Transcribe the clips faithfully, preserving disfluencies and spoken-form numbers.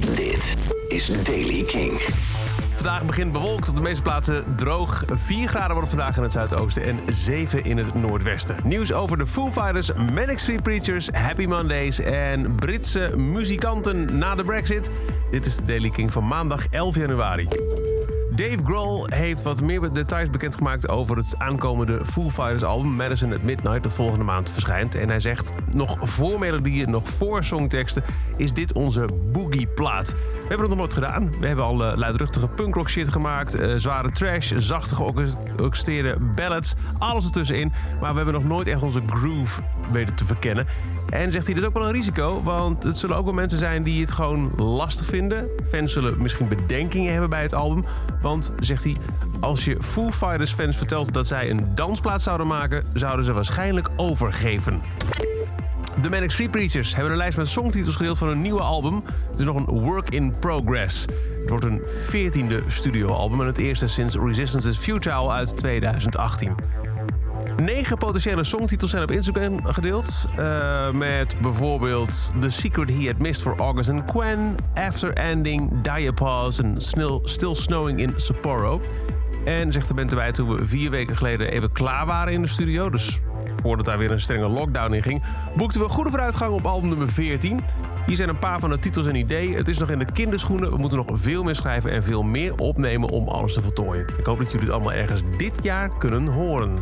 Dit is Daily King. Vandaag begint bewolkt, op de meeste plaatsen droog. vier graden wordt vandaag in het zuidoosten en zeven in het noordwesten. Nieuws over de Foo Fighters, Manic Street Preachers, Happy Mondays en Britse muzikanten na de Brexit. Dit is de Daily King van maandag elf januari. Dave Grohl heeft wat meer details bekendgemaakt over het aankomende Foo Fighters album Madison at Midnight, dat volgende maand verschijnt. En hij zegt, nog voor melodieën, nog voor songteksten, is dit onze boogie-plaat. We hebben het nog nooit gedaan. We hebben al uh, luidruchtige punkrock shit gemaakt, uh, zware trash, zachte georchestreerde ballads, alles ertussenin. Maar we hebben nog nooit echt onze groove weten te verkennen. En zegt hij, dat is ook wel een risico, want het zullen ook wel mensen zijn die het gewoon lastig vinden. Fans zullen misschien bedenkingen hebben bij het album. Want, zegt hij, als je Foo Fighters fans vertelt dat zij een dansplaat zouden maken, zouden ze waarschijnlijk overgeven. De Manic Street Preachers hebben een lijst met songtitels gedeeld van hun nieuwe album. Het is nog een work in progress. Het wordt een veertiende studioalbum en het eerste sinds Resistance is Futile uit tweeduizend achttien. Negen potentiële songtitels zijn op Instagram gedeeld. Uh, met bijvoorbeeld The Secret He Had Missed for August and Gwen, After Ending, Diapause en Still Snowing in Sapporo. En zegt de band erbij, toen we vier weken geleden even klaar waren in de studio, dus voordat daar weer een strenge lockdown in ging, boekten we goede vooruitgang op album nummer veertien. Hier zijn een paar van de titels en ideeën. Het is nog in de kinderschoenen. We moeten nog veel meer schrijven en veel meer opnemen om alles te voltooien. Ik hoop dat jullie het allemaal ergens dit jaar kunnen horen.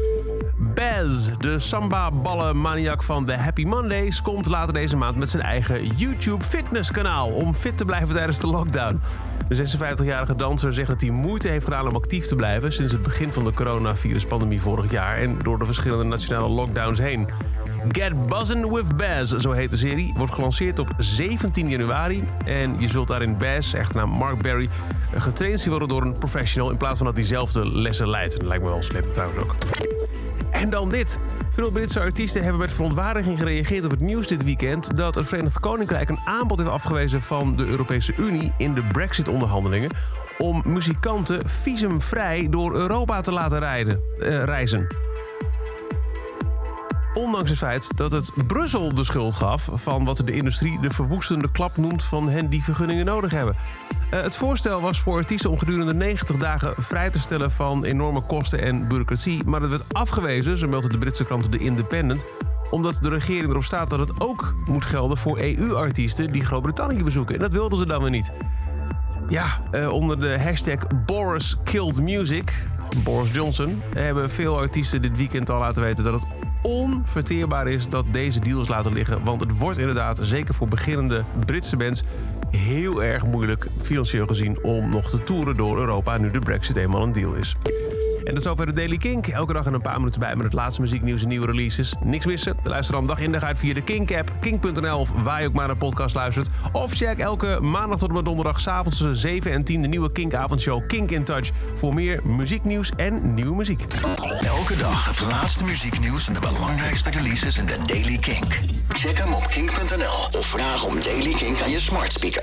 Baz, de samba-ballen-maniak van de Happy Mondays, komt later deze maand met zijn eigen YouTube-fitnesskanaal om fit te blijven tijdens de lockdown. De zesenvijftigjarige danser zegt dat hij moeite heeft gedaan om actief te blijven sinds het begin van de coronaviruspandemie vorig jaar en door de verschillende nationale lockdowns heen. Get Buzzin' with Baz, zo heet de serie, wordt gelanceerd op zeventien januari. En je zult daarin Baz, echtnaam Mark Berry, getraind zien worden door een professional in plaats van dat hij zelf de lessen leidt. Dat lijkt me wel slim trouwens ook. En dan dit. Veel Britse artiesten hebben met verontwaardiging gereageerd op het nieuws dit weekend dat het Verenigd Koninkrijk een aanbod heeft afgewezen van de Europese Unie in de Brexit-onderhandelingen om muzikanten visumvrij door Europa te laten rijden, uh, reizen. Ondanks het feit dat het Brussel de schuld gaf van wat de industrie de verwoestende klap noemt van hen die vergunningen nodig hebben. Uh, het voorstel was voor artiesten om gedurende negentig dagen vrij te stellen van enorme kosten en bureaucratie. Maar dat werd afgewezen, zo meldt de Britse krant The Independent, omdat de regering erop staat dat het ook moet gelden voor E U-artiesten die Groot-Brittannië bezoeken. En dat wilden ze dan weer niet. Ja, uh, onder de hashtag Boris Killed Music, Boris Johnson, hebben veel artiesten dit weekend al laten weten dat het onverteerbaar is dat deze deals laten liggen. Want het wordt inderdaad, zeker voor beginnende Britse bands, heel erg moeilijk financieel gezien om nog te toeren door Europa nu de Brexit eenmaal een deal is. En dat is zover de Daily Kink. Elke dag een paar minuten bij met het laatste muzieknieuws en nieuwe releases. Niks missen. Luister dan dag in dag uit via de Kink-app, kink punt n l of waar je ook maar naar podcast luistert. Of check elke maandag tot en met donderdag 's avonds tussen zeven en tien de nieuwe Kink-avondshow Kink in Touch voor meer muzieknieuws en nieuwe muziek. Elke dag het laatste muzieknieuws en de belangrijkste releases in de Daily Kink. Check hem op kink punt n l of vraag om Daily Kink aan je smart speaker.